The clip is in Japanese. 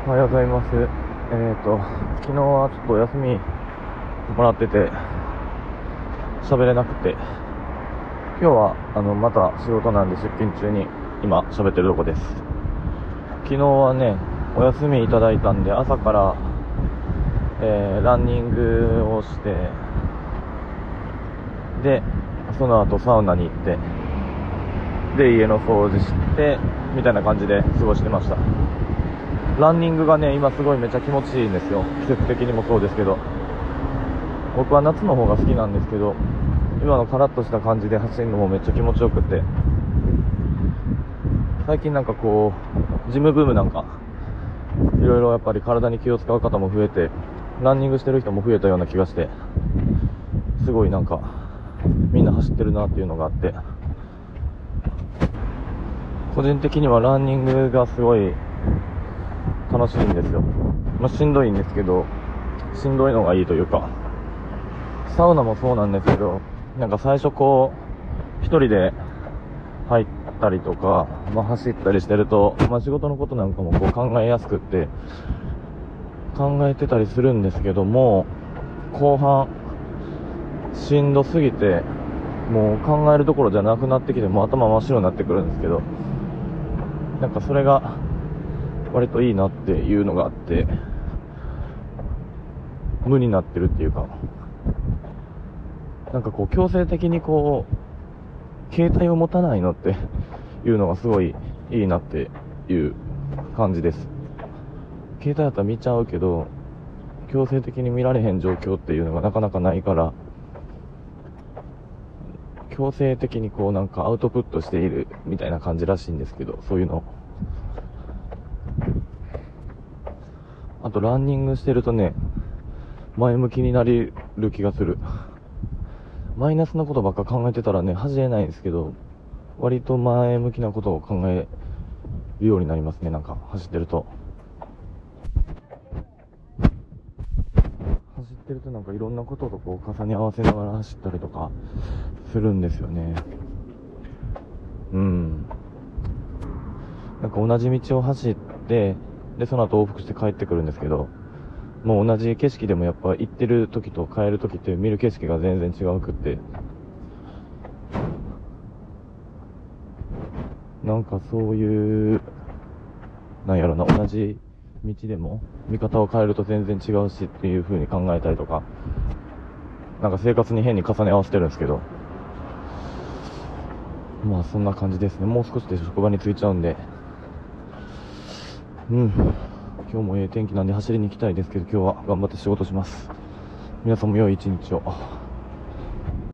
おはようございます。昨日はちょっとお休みもらってて喋れなくて、今日はまた仕事なんで出勤中に今喋ってるとこです。昨日はねお休みいただいたんで朝から、ランニングをして、でその後サウナに行って、で家の掃除してみたいな感じで過ごしてました。ランニングがね今すごいめっちゃ気持ちいいんですよ。季節的にもそうですけど、僕は夏の方が好きなんですけど、今のカラッとした感じで走るのもめっちゃ気持ちよくて、最近なんかこうジムブームなんかいろいろやっぱり体に気を使う方も増えて、ランニングしてる人も増えたような気がして、すごいなんかみんな走ってるなっていうのがあって、個人的にはランニングがすごい楽しいんですよ。しんどいんですけど、しんどいのがいいというか、サウナもそうなんですけど、なんか最初こう一人で入ったりとか、走ったりしてると、仕事のことなんかもこう考えやすくって考えてたりするんですけども、後半しんどすぎてもう考えるどころじゃなくなってきて、もう頭真っ白になってくるんですけど、なんかそれが割といいなっていうのがあって、無になってるっていうか、なんかこう強制的にこう携帯を持たないのっていうのがすごいいいなっていう感じです。携帯だったら見ちゃうけど、強制的に見られへん状況っていうのがなかなかないから、強制的にこうなんかアウトプットしているみたいな感じらしいんですけど、そういうのあとランニングしてるとね、前向きになれる気がする。マイナスなことばっか考えてたらね走れないんですけど、割と前向きなことを考えるようになりますね。なんか走ってるとなんかいろんなこととこう重ね合わせながら走ったりとかするんですよね。なんか同じ道を走って、でその後往復して帰ってくるんですけど、もう同じ景色でもやっぱ行ってる時と帰る時って見る景色が全然違うくって、なんかそういうなんやろな、同じ道でも見方を変えると全然違うしっていう風に考えたりとか、なんか生活に変に重ね合わせてるんですけど、そんな感じですね。もう少しで職場に着いちゃうんで、今日も天気なんで走りに行きたいですけど、今日は頑張って仕事します。皆さんも良い一日を。